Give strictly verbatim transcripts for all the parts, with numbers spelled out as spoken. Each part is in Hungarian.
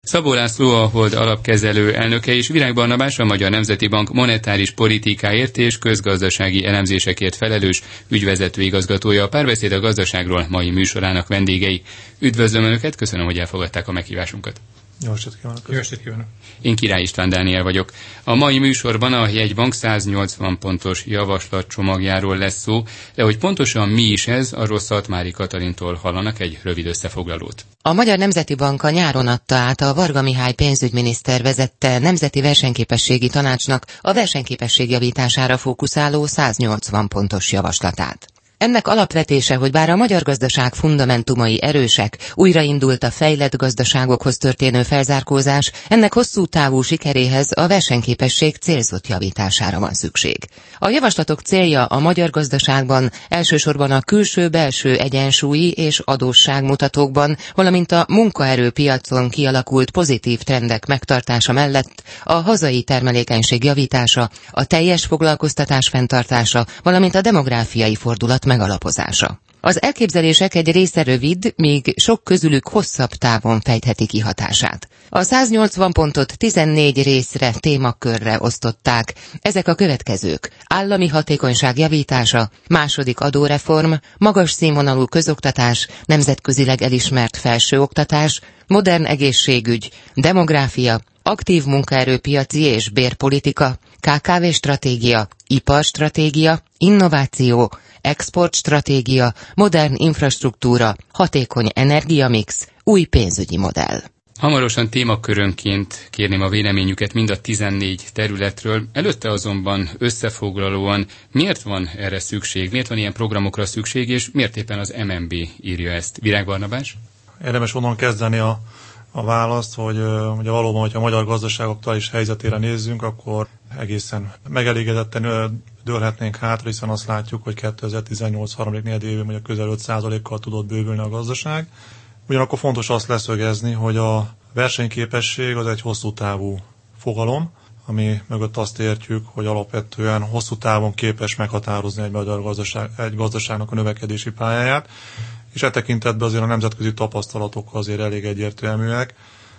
Szabó László, a Hold alapkezelő elnöke, és Virág Barnabás, a Magyar Nemzeti Bank monetáris politikáért és közgazdasági elemzésekért felelős ügyvezető igazgatója, a Párbeszéd a gazdaságról mai műsorának vendégei. Üdvözlöm Önöket, köszönöm, hogy elfogadták a meghívásunkat. Jó estét kívánok! Jó estét kívánok! Én Király István Dániel vagyok. A mai műsorban a jegybank száznyolcvan pontos javaslatcsomagjáról lesz szó, de hogy pontosan mi is ez, arról Szatmári Katalintól hallanak egy rövid összefoglalót. A Magyar Nemzeti Bank a nyáron adta át a Varga Mihály pénzügyminiszter vezette Nemzeti Versenyképességi Tanácsnak a versenyképesség javítására fókuszáló száznyolcvan pontos javaslatát. Ennek alapvetése, hogy bár a magyar gazdaság fundamentumai erősek, újraindult a fejlett gazdaságokhoz történő felzárkózás, ennek hosszú távú sikeréhez a versenyképesség célzott javítására van szükség. A javaslatok célja a magyar gazdaságban elsősorban a külső-belső egyensúlyi és adósságmutatókban, valamint a munkaerőpiacon kialakult pozitív trendek megtartása mellett a hazai termelékenység javítása, a teljes foglalkoztatás fenntartása, valamint a demográfiai fordulat megalapozása. Az elképzelések egy része rövid, míg sok közülük hosszabb távon fejtheti ki hatását. A száznyolcvan pontot tizennégy részre, témakörre osztották. Ezek a következők: állami hatékonyság javítása, második adóreform, magas színvonalú közoktatás, nemzetközileg elismert felsőoktatás, modern egészségügy, demográfia, aktív munkaerőpiaci és bérpolitika, ká ká vé stratégia, iparstratégia, innováció, exportstratégia, modern infrastruktúra, hatékony energiamix, új pénzügyi modell. Hamarosan témakörönként kérném a véleményüket mind a tizennégy területről. Előtte azonban összefoglalóan miért van erre szükség, miért van ilyen programokra szükség, és miért éppen az em en bé írja ezt? Virág Barnabás? Érdemes onnan kezdeni a, a választ, hogy ugye valóban, hogyha a magyar gazdaság aktuális helyzetére nézzünk, akkor egészen megelégedetten dőlhetnénk hátra, hiszen azt látjuk, hogy kétezer-tizennyolc harmadik negyedévében mondjuk közel öt százalékkal tudott bővülni a gazdaság. Ugyanakkor fontos azt leszögezni, hogy a versenyképesség az egy hosszú távú fogalom, ami mögött azt értjük, hogy alapvetően hosszú távon képes meghatározni egy magyar gazdaság, egy gazdaságnak a növekedési pályáját, és e tekintetben azért a nemzetközi tapasztalatok azért elég egyértelműek.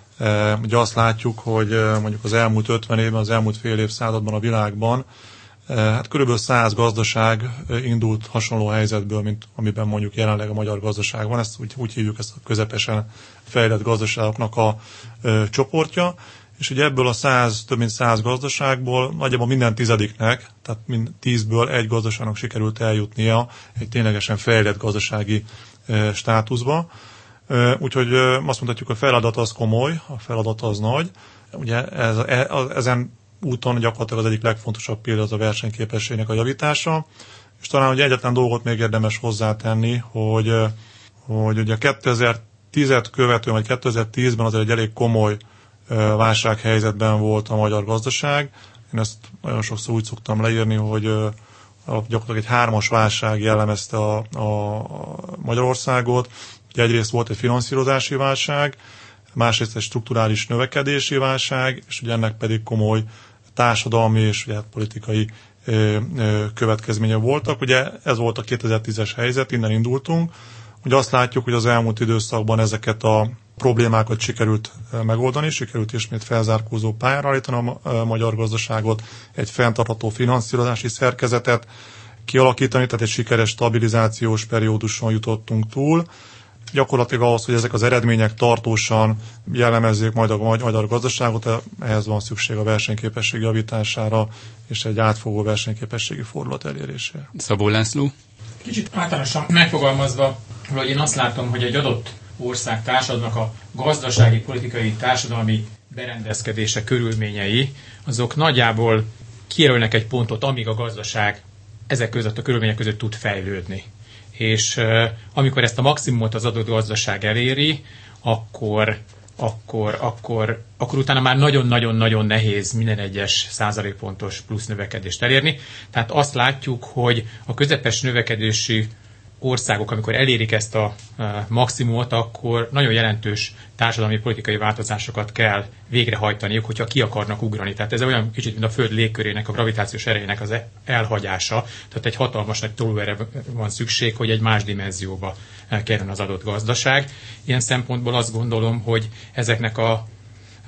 Ugye azt látjuk, hogy mondjuk az elmúlt ötven évben, az elmúlt fél évszázadban a világban hát körülbelül száz gazdaság indult hasonló helyzetből, mint amiben mondjuk jelenleg a magyar gazdaság van. Ezt úgy, úgy hívjuk, ezt a közepesen fejlett gazdaságoknak a ö, csoportja. És ugye ebből a száz, több mint száz gazdaságból nagyjából minden tizediknek, tehát mind tízből egy gazdaságnak sikerült eljutnia egy ténylegesen fejlett gazdasági ö, státuszba. Ö, úgyhogy ö, azt mondhatjuk, a feladat az komoly, a feladat az nagy. Ugye ez, e, ezen úton gyakorlatilag az egyik legfontosabb példa az a versenyképességnek a javítása, és talán ugye egyetlen dolgot még érdemes hozzátenni, hogy, hogy ugye kétezer-tízet követően, vagy kétezer-tízben azért egy elég komoly válsághelyzetben volt a magyar gazdaság. Én ezt nagyon sokszor úgy szoktam leírni, hogy gyakorlatilag egy hármas válság jellemezte a, a Magyarországot. Ugye egyrészt volt egy finanszírozási válság, másrészt egy strukturális növekedési válság, és ugye ennek pedig komoly társadalmi és ugye, politikai ö, ö, következménye voltak. Ugye ez volt a kétezer-tízes helyzet, innen indultunk. Ugye azt látjuk, hogy az elmúlt időszakban ezeket a problémákat sikerült megoldani, sikerült ismét felzárkózó pályára állítani a magyar gazdaságot, egy fenntartható finanszírozási szerkezetet kialakítani, tehát egy sikeres stabilizációs perióduson jutottunk túl. Gyakorlatilag ahhoz, hogy ezek az eredmények tartósan jellemezzék majd a magyar gazdaságot, ehhez van szükség a versenyképesség javítására és egy átfogó versenyképességi fordulat elérésére. Szabó László? Kicsit általánosan megfogalmazva, hogy én azt látom, hogy egy adott ország társadalomnak a gazdasági, politikai, társadalmi berendezkedése körülményei, azok nagyjából kijelölnek egy pontot, amíg a gazdaság ezek között a körülmények között tud fejlődni. És uh, amikor ezt a maximumot az adott gazdaság eléri, akkor, akkor, akkor, akkor utána már nagyon-nagyon-nagyon nehéz minden egyes százalékpontos plusz növekedést elérni. Tehát azt látjuk, hogy a közepes növekedési országok, amikor elérik ezt a maximumot, akkor nagyon jelentős társadalmi politikai változásokat kell végrehajtaniuk, hogyha ki akarnak ugrani. Tehát ez olyan kicsit, mint a Föld légkörének, a gravitációs erejének az elhagyása. Tehát egy hatalmas nagy tolóerre van szükség, hogy egy más dimenzióba kerüljön az adott gazdaság. Ilyen szempontból azt gondolom, hogy ezeknek a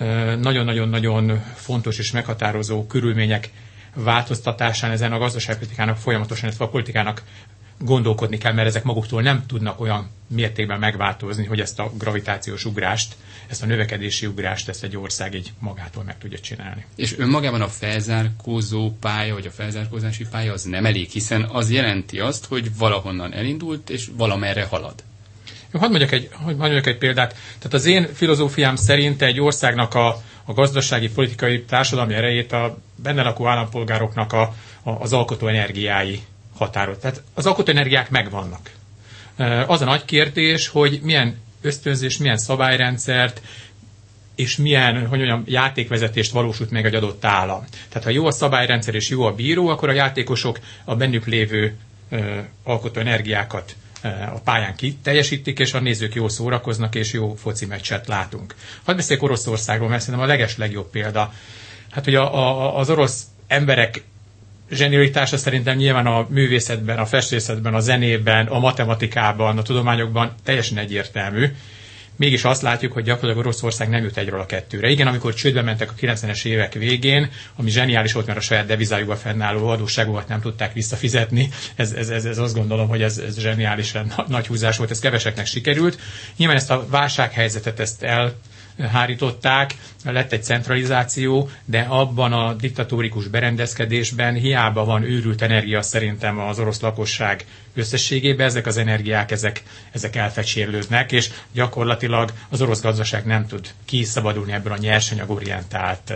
nagyon-nagyon-nagyon fontos és meghatározó körülmények változtatásán ezen a gazdaságpolitikának folyamatosan, illetve a politikának gondolkodni kell, mert ezek maguktól nem tudnak olyan mértékben megváltozni, hogy ezt a gravitációs ugrást, ezt a növekedési ugrást, ezt egy ország így magától meg tudja csinálni. És önmagában a felzárkózó pálya, vagy a felzárkózási pálya az nem elég, hiszen az jelenti azt, hogy valahonnan elindult, és valamerre halad. Jó, hadd mondjak egy, hadd mondjak egy példát. Tehát az én filozófiám szerint egy országnak a, a gazdasági, politikai, társadalmi erejét a benne lakó állampolgároknak a, a, az alkotó energiái határoz. Tehát az alkotó energiák megvannak. Az a nagy kérdés, hogy milyen ösztönzés, milyen szabályrendszert és milyen, hogy mondjam, játékvezetést valósult meg egy adott állam. Tehát ha jó a szabályrendszer és jó a bíró, akkor a játékosok a bennük lévő ö, alkotó energiákat ö, a pályán kiteljesítik, és a nézők jól szórakoznak, és jó foci meccset látunk. Hadd beszéljek Oroszországról, mert szerintem a leges legjobb példa. Hát ugye a, a, az orosz emberek zsenialitása szerintem nyilván a művészetben, a festészetben, a zenében, a matematikában, a tudományokban teljesen egyértelmű. Mégis azt látjuk, hogy gyakorlatilag Oroszország nem jut egyről a kettőre. Igen, amikor csődbe mentek a kilencvenes évek végén, ami zseniális volt, mert a saját devizájukban fennálló adósságokat nem tudták visszafizetni, ez, ez, ez, ez azt gondolom, hogy ez, ez zseniálisan nagy húzás volt, ez keveseknek sikerült. Nyilván ezt a válsághelyzetet ezt el hárították, lett egy centralizáció, de abban a diktatórikus berendezkedésben hiába van őrült energia szerintem az orosz lakosság összességében, ezek az energiák, ezek, ezek elfecsérlődnek, és gyakorlatilag az orosz gazdaság nem tud kiszabadulni ebből a nyersanyagorientált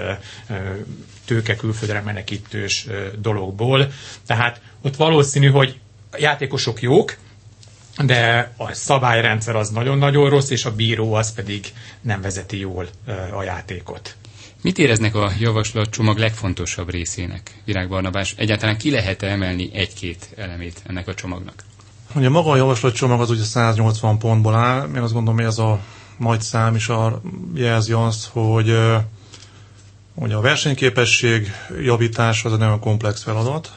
tőke külföldre menekítős dologból. Tehát ott valószínű, hogy a játékosok jók, de a szabályrendszer az nagyon-nagyon rossz, és a bíró az pedig nem vezeti jól a játékot. Mit éreznek a javaslatcsomag legfontosabb részének, Virág Barnabás? Egyáltalán ki lehet emelni egy-két elemét ennek a csomagnak? Ugye maga a javaslatcsomag az ugye száznyolcvan pontból áll. Én azt gondolom, hogy ez a nagy szám is a, jelzi azt, hogy, hogy a versenyképesség javítása az egy nagyon komplex feladat.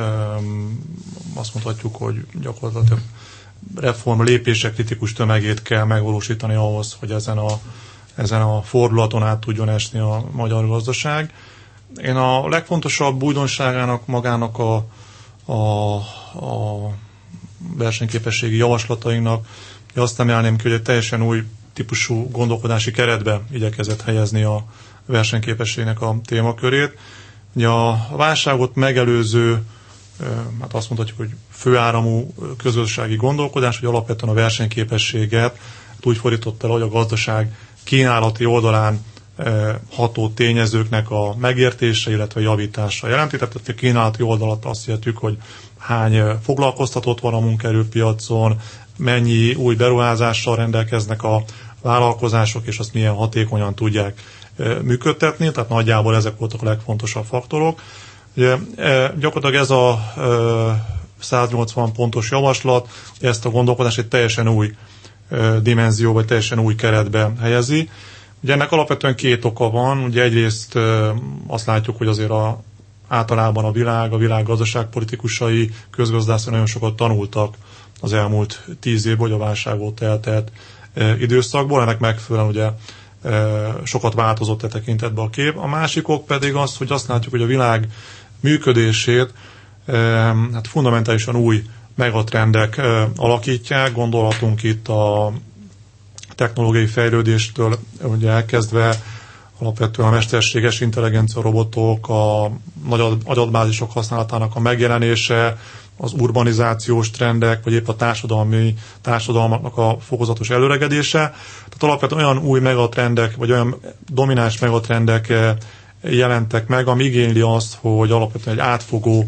Azt mondhatjuk, hogy gyakorlatilag reform lépések kritikus tömegét kell megvalósítani ahhoz, hogy ezen a, ezen a fordulaton át tudjon esni a magyar gazdaság. Én a legfontosabb újdonságának magának a, a, a versenyképességi javaslatainknak azt emelném ki, hogy egy teljesen új típusú gondolkodási keretbe igyekezett helyezni a versenyképességnek a témakörét. Ugye a válságot megelőző, hát azt mondhatjuk, hogy főáramú közösségi gondolkodás, hogy alapvetően a versenyképességet úgy fordította el, hogy a gazdaság kínálati oldalán ható tényezőknek a megértése, illetve javítása jelenti. Tehát a kínálati oldalat azt jelentjük, hogy hány foglalkoztatott van a munkaerőpiacon, mennyi új beruházással rendelkeznek a vállalkozások, és azt milyen hatékonyan tudják működtetni. Tehát nagyjából ezek voltak a legfontosabb faktorok. Ugye, gyakorlatilag ez a száznyolcvan pontos javaslat ezt a gondolkodást egy teljesen új dimenzió, vagy teljesen új keretbe helyezi. Ugye ennek alapvetően két oka van. Ugye egyrészt azt látjuk, hogy azért a, általában a világ, a világ gazdaságpolitikusai, közgazdászok nagyon sokat tanultak az elmúlt tíz évben, hogy a válság óta eltelt időszakból. Ennek megfelelően ugye sokat változott e tekintetben a kép. A másik ok pedig az, hogy azt látjuk, hogy a világ működését hát fundamentálisan új megatrendek alakítják. Gondolhatunk itt a technológiai fejlődéstől ugye elkezdve alapvetően a mesterséges intelligencia robotok, a nagy adatbázisok használatának a megjelenése, az urbanizációs trendek, vagy épp a társadalmi társadalmaknak a fokozatos előregedése. Tehát alapvetően olyan új megatrendek, vagy olyan domináns megatrendek jelentek meg, ami igényli azt, hogy alapvetően egy átfogó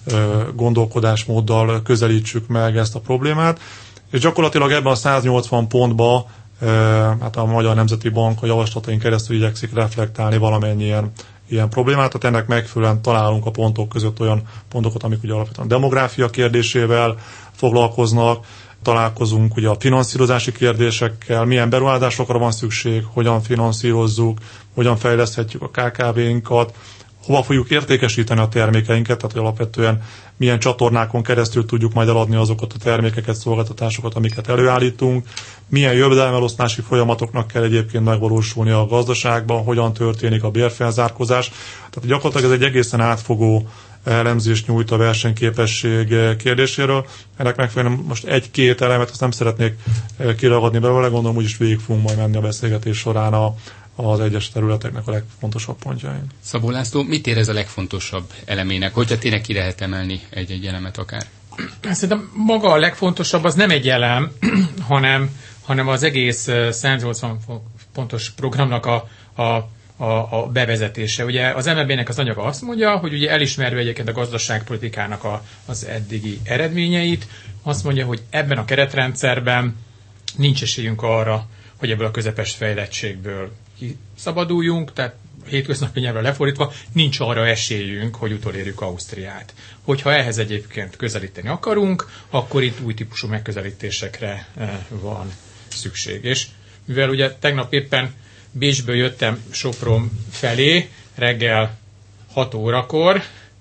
gondolkodásmóddal közelítsük meg ezt a problémát. És gyakorlatilag ebben a száznyolcvan pontban hát a Magyar Nemzeti Bank a javaslataink keresztül igyekszik reflektálni valamennyi ilyen, ilyen problémát. Tehát ennek megfelelően találunk a pontok között olyan pontokat, amik ugye alapvetően a demográfia kérdésével foglalkoznak, találkozunk ugye a finanszírozási kérdésekkel, milyen beruházásokra van szükség, hogyan finanszírozzuk, hogyan fejleszthetjük a ká ká vénkat, hova fogjuk értékesíteni a termékeinket, tehát alapvetően milyen csatornákon keresztül tudjuk majd eladni azokat a termékeket, szolgáltatásokat, amiket előállítunk, milyen jövedelmelosztási folyamatoknak kell egyébként megvalósulni a gazdaságban, hogyan történik a bérfelzárkózás. Tehát gyakorlatilag ez egy egészen átfogó elemzést nyújt a versenyképesség kérdéséről. Ennek megfelelően most egy-két elemet azt nem szeretnék kiragadni belőle, gondolom úgyis végig fogunk majd menni a beszélgetés során a az egyes területeknek a legfontosabb pontjain. Szabó László, mit érez a legfontosabb elemének, hogyha tényleg ki lehet emelni egy-egy elemet akár? Szerintem maga a legfontosabb az nem egy elem, hanem, hanem az egész száznyolcvan pontos programnak a, a, a, a bevezetése. Ugye az em en bé-nek az anyaga azt mondja, hogy ugye elismerve egyébként a gazdaságpolitikának a, az eddigi eredményeit, azt mondja, hogy ebben a keretrendszerben nincs esélyünk arra, hogy ebből a közepes fejlettségből kiszabaduljunk, tehát hétköznapi nyelvre lefordítva, nincs arra esélyünk, hogy utolérjük Ausztriát. Hogyha ehhez egyébként közelíteni akarunk, akkor itt új típusú megközelítésekre van szükség. És mivel ugye tegnap éppen Bécsből jöttem Sopron felé, reggel hat órakor,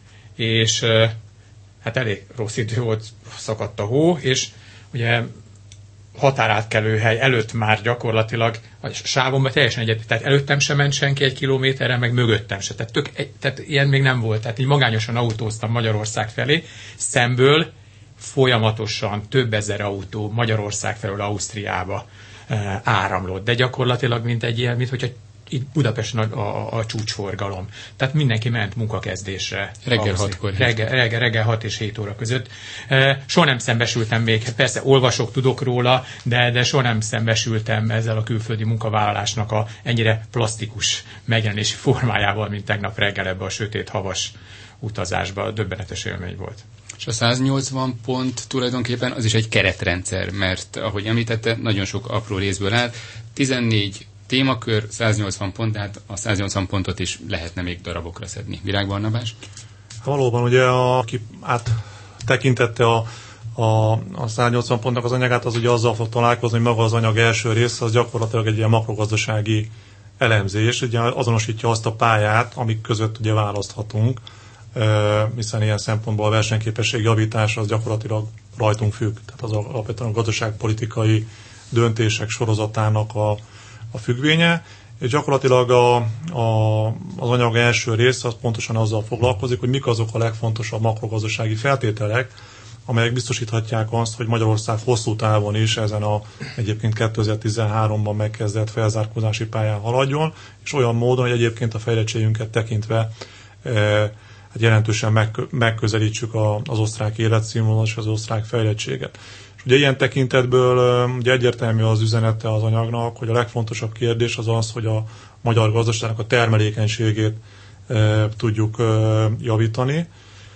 és hát elég rossz idő volt, szakadt a hó, és ugye határátkelőhely előtt már gyakorlatilag a sávomban teljesen egyet, tehát előttem sem ment senki egy kilométerre, meg mögöttem se. Tehát, tök, tehát ilyen még nem volt. Tehát így magányosan autóztam Magyarország felé, szemből folyamatosan több ezer autó Magyarország felől Ausztriába e, áramlott. De gyakorlatilag mint egy ilyen, mint hogyha itt Budapesten a, a, a csúcsforgalom. Tehát mindenki ment munkakezdésre. Reggel hatkor. Reggel, reggel, reggel hat és hét óra között. E, soha nem szembesültem még, persze olvasok, tudok róla, de, de soha nem szembesültem ezzel a külföldi munkavállalásnak a ennyire plastikus megjelenési formájával, mint tegnap reggel ebbe a sötét havas utazásba. Döbbenetes élmény volt. És a száznyolcvan pont tulajdonképpen az is egy keretrendszer, mert ahogy említette, nagyon sok apró részből áll. tizennégy témakör, száznyolcvan pont, tehát a száznyolcvan pontot is lehetne még darabokra szedni. Virág Barnabás? Valóban, ugye, aki áttekintette a, a, a száznyolcvan pontnak az anyagát, az ugye azzal fog találkozni, hogy maga az anyag első része, az gyakorlatilag egy ilyen makrogazdasági elemzés, ugye azonosítja azt a pályát, amik között ugye választhatunk, hiszen ilyen szempontból a versenyképesség javítása az gyakorlatilag rajtunk függ. Tehát az alapvetően a gazdaságpolitikai döntések sorozatának a a függvénye, és gyakorlatilag a, a, az anyag első része az pontosan azzal foglalkozik, hogy mik azok a legfontosabb makrogazdasági feltételek, amelyek biztosíthatják azt, hogy Magyarország hosszú távon is ezen a egyébként kétezer-tizenháromban megkezdett felzárkózási pályán haladjon, és olyan módon, hogy egyébként a fejlettségünket tekintve e, hát jelentősen meg, megközelítsük a, az osztrák életszínvonalat és az osztrák fejlettséget. Ugye ilyen tekintetből ugye egyértelmű az üzenete az anyagnak, hogy a legfontosabb kérdés az az, hogy a magyar gazdaságnak a termelékenységét e, tudjuk e, javítani.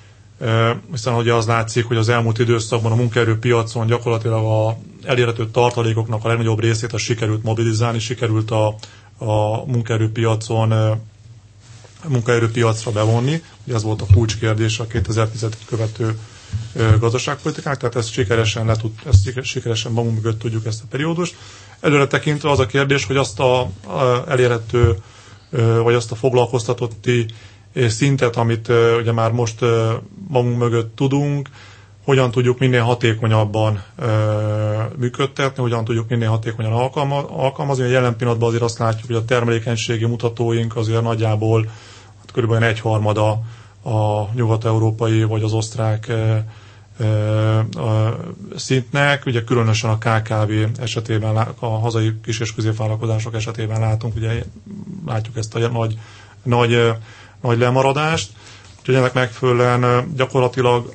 E, hiszen ugye az látszik, hogy az elmúlt időszakban a munkaerőpiacon gyakorlatilag a elérhető tartalékoknak a legnagyobb részét a sikerült mobilizálni, sikerült a, a munkaerőpiacon e, munkaerőpiacra bevonni. Ugye ez volt a kulcskérdés a kétezer-tízet követő gazdaságpolitikák, tehát ezt sikeresen, le tud, ezt sikeresen magunk mögött tudjuk ezt a periódust. Előre tekintve az a kérdés, hogy azt a, a elérhető, vagy azt a foglalkoztatotti szintet, amit ugye már most magunk mögött tudunk, hogyan tudjuk minél hatékonyabban működtetni, hogyan tudjuk minél hatékonyan alkalmazni. A jelen pillanatban azért azt látjuk, hogy a termelékenységi mutatóink azért nagyjából hát körülbelül egyharmada a nyugat-európai vagy az osztrák e, e, szintnek, ugye különösen a ká ká vé esetében, a hazai kis- és középvállalkozások esetében látunk, ugye látjuk ezt a nagy, nagy, nagy lemaradást, úgyhogy ennek megfelelően gyakorlatilag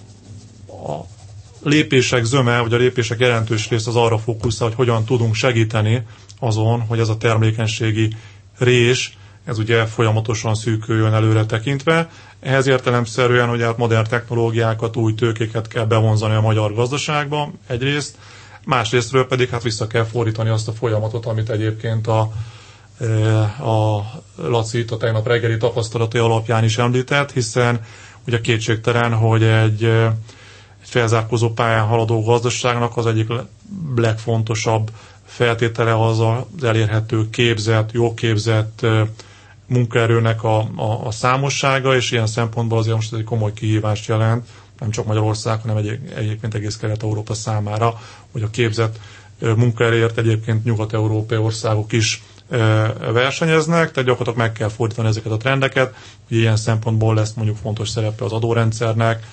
a lépések zöme, vagy a lépések jelentős rész az arra fókuszál, hogy hogyan tudunk segíteni azon, hogy ez a termelékenységi rés ez ugye folyamatosan szűküljön előre tekintve. Ehhez értelemszerűen, hogy hát modern technológiákat, új tőkéket kell bevonzani a magyar gazdaságba egyrészt, másrésztről pedig hát vissza kell fordítani azt a folyamatot, amit egyébként a, a Laci itt a tegnap reggeli tapasztalatai alapján is említett, hiszen ugye kétségtelen, hogy egy, egy felzárkózó pályán haladó gazdaságnak az egyik legfontosabb feltétele az az elérhető, képzett, jó képzett munkaerőnek a, a, a számossága, és ilyen szempontból azért most egy komoly kihívást jelent, nem csak Magyarország, hanem egy, egyébként egész Kelet-Európa számára, hogy a képzett munkaerőért egyébként nyugat-európai országok is versenyeznek, tehát gyakorlatilag meg kell fordítani ezeket a trendeket, hogy ilyen szempontból lesz mondjuk fontos szerepe az adórendszernek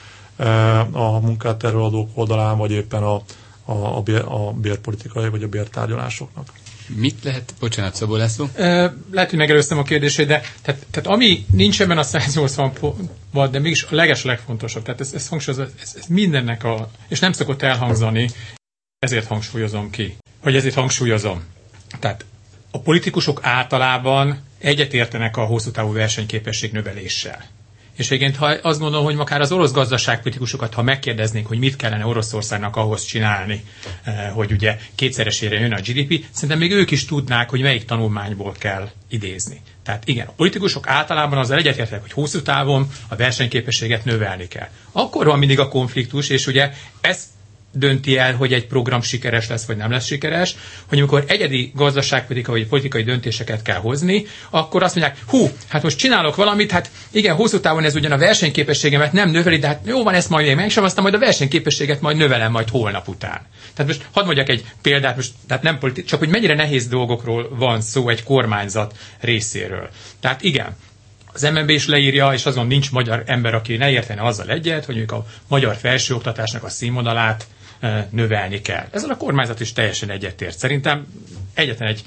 a munkát erőadók oldalán, vagy éppen a, a, a, bér, a bérpolitikai, vagy a bértárgyalásoknak. Mit lehet, bocsánat, Szabó László? Lehet, hogy megelőztem a kérdését, de tehát, tehát ami nincs ebben a száznyolcvan pontban, de mégis a leges legfontosabb, tehát ez, ez hangsúlyozza, ez, ez mindennek a, és nem szokott elhangzani, ezért hangsúlyozom ki, hogy ezért hangsúlyozom. Tehát a politikusok általában egyetértenek a hosszú távú versenyképesség növeléssel. És egyébként, ha azt gondolom, hogy akár az orosz gazdaságpolitikusokat, ha megkérdeznénk, hogy mit kellene Oroszországnak ahhoz csinálni, hogy ugye kétszeresére jön a gé dé pé, szerintem még ők is tudnák, hogy melyik tanulmányból kell idézni. Tehát igen, a politikusok általában azzal egyetértenek, hogy hosszú távon a versenyképességet növelni kell. Akkor van mindig a konfliktus, és ugye ez dönti el, hogy egy program sikeres lesz, vagy nem lesz sikeres, hogy amikor egyedi gazdaságpolitikai vagy politikai döntéseket kell hozni, akkor azt mondják, hú, hát most csinálok valamit, hát igen, hosszú távon ez ugyan a versenyképességemet nem növeli, de hát jó van, ezt majd még megsem, aztán majd a versenyképességet majd növelem majd holnap után. Tehát most hadd mondjak egy példát, most, tehát nem politi- csak hogy mennyire nehéz dolgokról van szó egy kormányzat részéről. Tehát igen, az em en bé is leírja, és azon nincs magyar ember, aki ne értene azzal egyet, hogy a magyar felsőoktatásnak a színvonalát növelni kell. Ezzel a kormányzat is teljesen egyetért. Szerintem egyetlen egy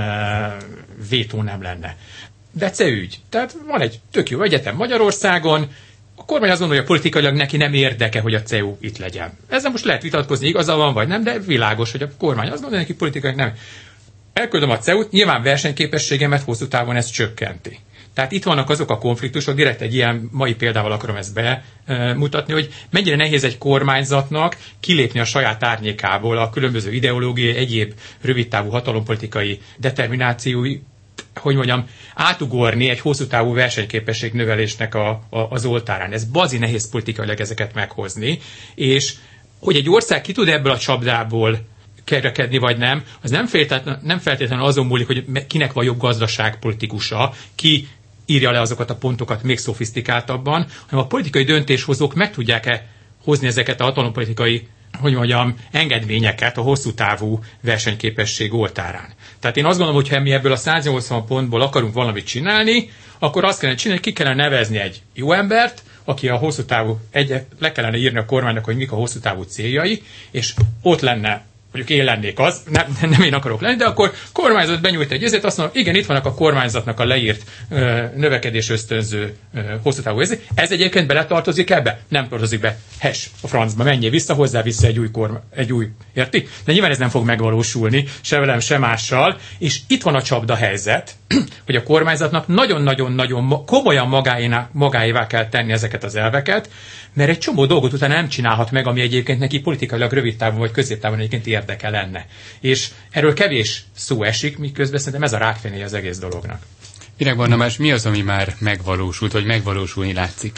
e, vétó nem lenne. De C E U ügy. Tehát van egy tök jó egyetem Magyarországon, a kormány azt gondolja, hogy politikailag neki nem érdeke, hogy a C E U itt legyen. Ezzel most lehet vitatkozni, igaza van vagy nem, de világos, hogy a kormány azt gondolja, neki politikailag nem. Elküldöm a C E U-t, nyilván versenyképességemet hosszú távon ez csökkenti. Tehát itt vannak azok a konfliktusok, direkt egy ilyen mai példával akarom ezt bemutatni, hogy mennyire nehéz egy kormányzatnak kilépni a saját árnyékából a különböző ideológiai, egyéb rövidtávú hatalompolitikai determinációi, hogy mondjam, átugorni egy hosszú távú versenyképesség növelésnek a, a, az oltárán. Ez bazi nehéz politikailag ezeket meghozni, és hogy egy ország ki tud ebből a csapdából kerekedni, vagy nem, az nem feltétlenül, nem feltétlenül azon múlik, hogy kinek van jobb gazdaságpolitikusa, ki írja le azokat a pontokat még szofisztikáltabban, hanem a politikai döntéshozók meg tudják-e hozni ezeket a hatalompolitikai, hogy mondjam, engedményeket a hosszú távú versenyképesség oltárán. Tehát én azt gondolom, hogy ha mi ebből a száznyolcvan pontból akarunk valamit csinálni, akkor azt kellene csinálni, hogy ki kellene nevezni egy jó embert, aki a hosszú távú, egy, le kellene írni a kormánynak, hogy mik a hosszú távú céljai, és ott lenne, mondjuk én lennék az, nem, nem én akarok lenni, de akkor kormányzat benyújt egy ezért, azt mondom, igen, itt vannak a kormányzatnak a leírt ö, növekedés ösztönző ö, hosszú távú ezért. Ez egyébként beletartozik ebbe? Nem tartozik be. Hes, a francba, menjél vissza, hozzá vissza egy új kormány, egy új, érti? De nyilván ez nem fog megvalósulni, se velem, se mással, és itt van a csapda helyzet, hogy a kormányzatnak nagyon-nagyon-nagyon komolyan magáévá, magáévá kell tenni ezeket az elveket, mert egy csomó dolgot utána nem csinálhat meg, ami egyébként neki politikailag rövid távon vagy középtávon egyébként érdeke lenne. És erről kevés szó esik, miközben szerintem ez a rákfenéje az egész dolognak. Virág Barnabás, mi az, ami már megvalósult, vagy megvalósulni látszik?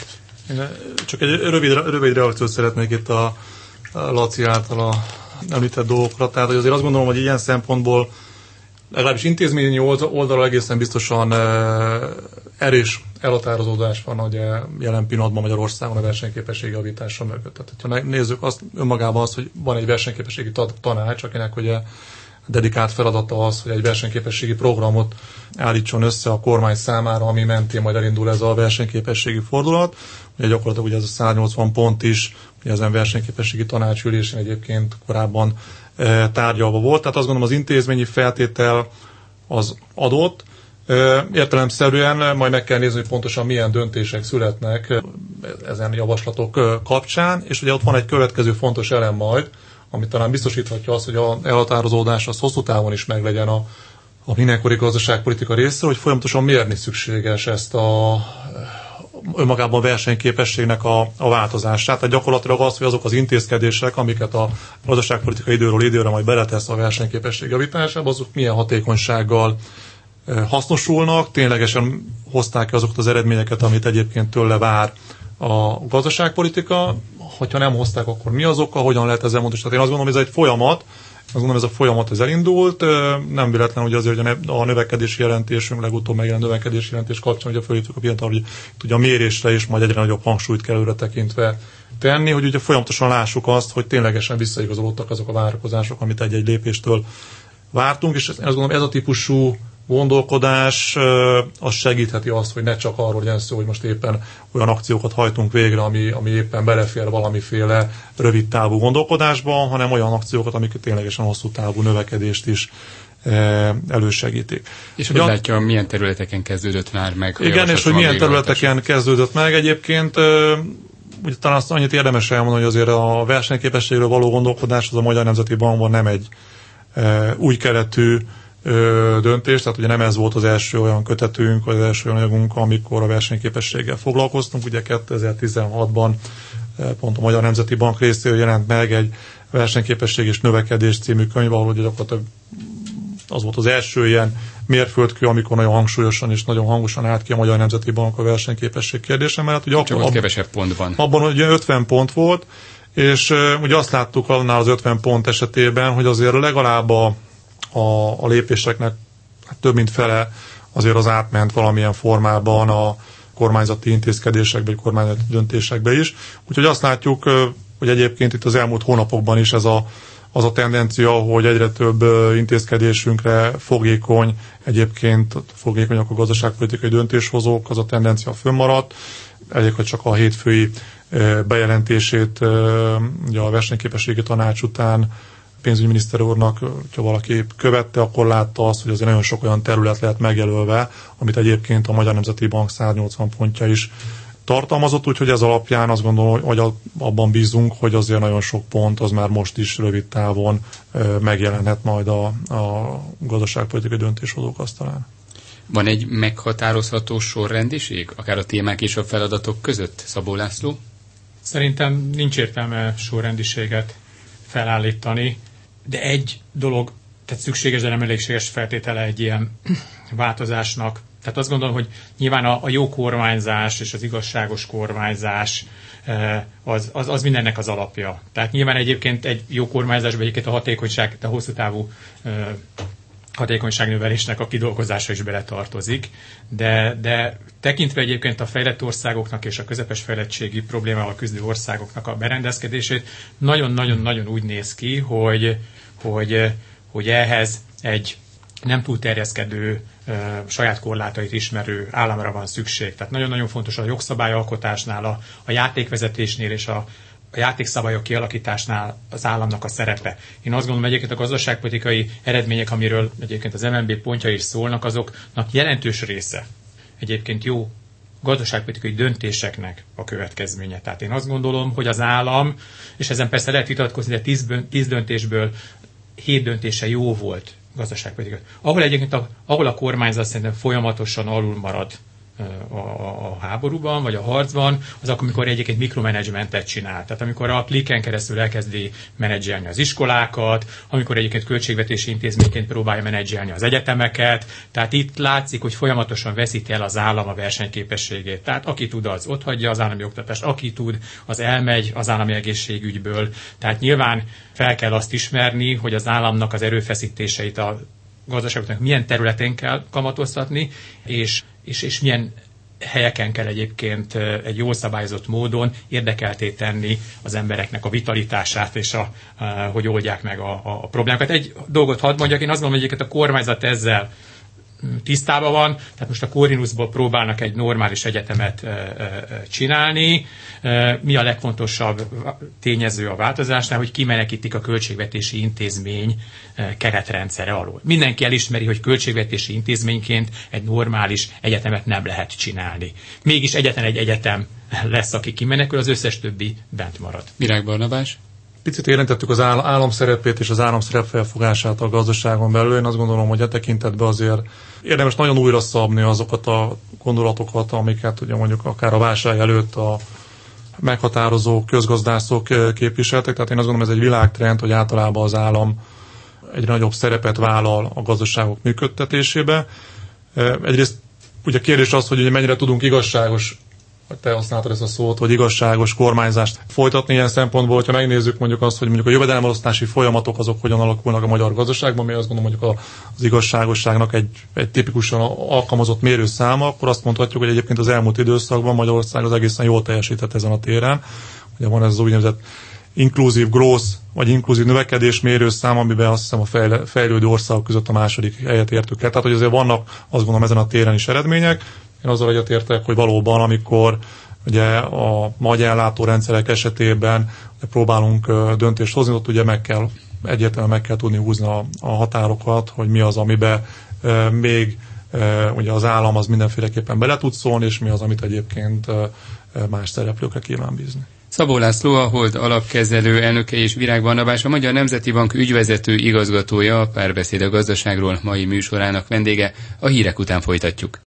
Csak egy rövid, rövid reakciót szeretnék itt a, a Laci által a említett dolgokra. Tehát hogy azért azt gondolom, hogy ilyen szempontból legalábbis intézményi oldalról egészen biztosan erős elhatározódás van ugye jelen pillanatban Magyarországon a versenyképesség javítása mögött. Tehát, ha nézzük azt, önmagában azt, hogy van egy versenyképességi tanács, akinek ugye dedikált feladata az, hogy egy versenyképességi programot állítson össze a kormány számára, ami mentén majd elindul ez a versenyképességi fordulat. Ugye gyakorlatilag ugye ez a száznyolcvan pont is, ugye ezen versenyképességi tanácsülésén egyébként korábban e, tárgyalva volt. Tehát azt gondolom az intézményi feltétel az adott. E, értelemszerűen majd meg kell nézni, hogy pontosan milyen döntések születnek ezen javaslatok kapcsán, és ugye ott van egy következő fontos elem majd, ami talán biztosíthatja azt, hogy az elhatározódás az hosszú távon is meglegyen a, a mindenkori gazdaságpolitika része, hogy folyamatosan mérni szükséges ezt a önmagában versenyképességnek a, a változását. Tehát gyakorlatilag az, hogy azok az intézkedések, amiket a gazdaságpolitika időről időre majd beletesz a versenyképesség javításába, azok milyen hatékonysággal hasznosulnak, ténylegesen hozták azokat az eredményeket, amit egyébként tőle vár a gazdaságpolitika, hogyha nem hozták, akkor mi az oka, hogyan lehet ezzel mondani. Tehát én azt gondolom, hogy ez egy folyamat, gondolom, ez a folyamat ez elindult. Nem véletlen, hogy azért hogy a növekedési jelentésünk, legutóbb megjelent növekedési jelentés kapcsán, hogy a fölítjük a piacra, hogy ugye a mérésre is majd egyre nagyobb hangsúlyt kell előre tekintve tenni, hogy ugye folyamatosan lássuk azt, hogy ténylegesen visszaigazolódtak azok a várakozások, amit egy-egy lépéstől vártunk, és azt gondolom, ez a típusú gondolkodás az segítheti azt, hogy ne csak arról legyen szó, hogy most éppen olyan akciókat hajtunk végre, ami, ami éppen belefér valamiféle rövid távú gondolkodásban, hanem olyan akciókat, amik ténylegesen hosszú távú növekedést is elősegítik. És hogy látja, milyen területeken kezdődött már meg? Igen, és hogy milyen területeken kezdődött meg egyébként. Ugye talán azt annyit érdemes elmondani, hogy azért a versenyképességről való gondolkodás az a Magyar Nemzeti Bankban nem egy új keletű döntés, tehát ugye nem ez volt az első olyan kötetünk, vagy az első olyan anyagunk, amikor a versenyképességgel foglalkoztunk. Ugye kétezer-tizenhatban pont a Magyar Nemzeti Bank részéről jelent meg egy versenyképesség és növekedés című könyv, ahol ugye gyakorlatilag az volt az első ilyen mérföldkő, amikor nagyon hangsúlyosan és nagyon hangosan állt ki a Magyar Nemzeti Bank a versenyképesség kérdése mellett. Ugye csak ott kevesebb pont van. Abban ugye ötven pont volt, és uh, ugye azt láttuk annál az ötven pont esetében, hogy azért legalább a A, a lépéseknek hát több mint fele azért az átment valamilyen formában a kormányzati intézkedésekbe, vagy kormányzati döntésekbe is. Úgyhogy azt látjuk, hogy egyébként itt az elmúlt hónapokban is ez a, az a tendencia, hogy egyre több intézkedésünkre fogékony, egyébként fogékonyak a gazdaságpolitikai döntéshozók, az a tendencia fönnmaradt. Elég, hogy csak a hétfői bejelentését ugye a versenyképességi tanács után pénzügyminiszter úrnak, ha valaki követte, akkor látta azt, hogy azért nagyon sok olyan terület lehet megjelölve, amit egyébként a Magyar Nemzeti Bank száznyolcvan pontja is tartalmazott, úgyhogy ez alapján azt gondolom, hogy abban bízunk, hogy azért nagyon sok pont az már most is rövid távon megjelenhet majd a, a gazdaságpolitikai döntéshozók asztalán. Van egy meghatározható sorrendiség, akár a témák és a feladatok között, Szabó László? Szerintem nincs értelme sorrendiséget felállítani, de egy dolog, tehát szükséges, de nem elégséges feltétele egy ilyen változásnak. Tehát azt gondolom, hogy nyilván a, a jó kormányzás és az igazságos kormányzás az, az, az mindennek az alapja. Tehát nyilván egyébként egy jó kormányzásban egyébként a hatékonyság, a hosszú távú hatékonyságnövelésnek a kidolgozása is beletartozik, de, de tekintve egyébként a fejlett országoknak és a közepes fejlettségi problémával küzdő országoknak a berendezkedését, nagyon-nagyon-nagyon úgy néz ki, hogy, hogy, hogy ehhez egy nem túl terjeszkedő, saját korlátait ismerő államra van szükség. Tehát nagyon-nagyon fontos a jogszabályalkotásnál, a, a játékvezetésnél és a a játékszabályok kialakításnál az államnak a szerepe. Én azt gondolom, egyébként a gazdaságpolitikai eredmények, amiről egyébként az em en bé pontja is szólnak, azoknak jelentős része egyébként jó gazdaságpolitikai döntéseknek a következménye. Tehát én azt gondolom, hogy az állam, és ezen persze lehet vitatkozni, de tíz, tíz döntésből hét döntése jó volt gazdaságpolitikai. Ahol egyébként a, ahol a kormányzat szerintem folyamatosan alul marad A, a háborúban, vagy a harcban, az akkor, amikor egyébként mikromanagementet csinál. Tehát amikor a kliken keresztül elkezdi menedzselni az iskolákat, amikor egyébként költségvetési intézményként próbálja menedzselni az egyetemeket. Tehát itt látszik, hogy folyamatosan veszíti el az állam a versenyképességét. Tehát aki tud, az otthagyja az állami oktatást, aki tud, az elmegy az állami egészségügyből. Tehát nyilván fel kell azt ismerni, hogy az államnak az erőfeszítéseit a gazdaságoknak milyen területén kell kamatoztatni, és És, és milyen helyeken kell egyébként egy jól szabályozott módon érdekelté tenni az embereknek a vitalitását, és a, a, hogy oldják meg a, a problémákat. Egy dolgot hadd mondjak, én azt mondom, hogy egyébként a kormányzat ezzel tisztában van, tehát most a Corvinusból próbálnak egy normális egyetemet e, e, csinálni. E, mi a legfontosabb tényező a változásnál, hogy kimenekítik a költségvetési intézmény e, keretrendszere alól. Mindenki elismeri, hogy költségvetési intézményként egy normális egyetemet nem lehet csinálni. Mégis egyetlen egy egyetem lesz, aki kimenekül, az összes többi bent marad. Virág Barnabás? Picit érintettük az állam szerepét és az állam szerep felfogását a gazdaságon belül. Én azt gondolom, hogy e tekintetben azért érdemes nagyon újra szabni azokat a gondolatokat, amiket ugye mondjuk akár a válság előtt a meghatározó közgazdászok képviseltek. Tehát én azt gondolom, ez egy világtrend, hogy általában az állam egyre nagyobb szerepet vállal a gazdaságok működtetésébe. Egyrészt ugye kérdés az, hogy ugye mennyire tudunk igazságos te használtad ezt a szót, hogy igazságos kormányzást folytatni ilyen szempontból, hogyha megnézzük mondjuk azt, hogy mondjuk a jövedelemelosztási folyamatok azok hogyan alakulnak a magyar gazdaságban, mi azt gondolom mondjuk az igazságosságnak egy, egy tipikusan alkalmazott mérőszáma, akkor azt mondhatjuk, hogy egyébként az elmúlt időszakban Magyarország az egészen jól teljesített ezen a téren. Ugye van ez az úgynevezett inkluzív growth, vagy inkluzív növekedés mérőszám, amiben azt hiszem a fejlődő országok között a második helyet értük el. Tehát, hogy azért vannak, azt gondolom, ezen a téren is eredmények. Én azzal egyetértek, hogy valóban, amikor ugye a magyar ellátórendszerek esetében próbálunk döntést hozni, ott ugye meg kell, egyértelműen meg kell tudni húzni a, a határokat, hogy mi az, amiben e, még e, ugye az állam az mindenféleképpen bele tud szólni, és mi az, amit egyébként e, más szereplőkre kíván bízni. Szabó László, a Hold alapkezelő elnöke és Virág Barnabás, a Magyar Nemzeti Bank ügyvezető igazgatója, a Párbeszéd a gazdaságról mai műsorának vendége. A hírek után folytatjuk.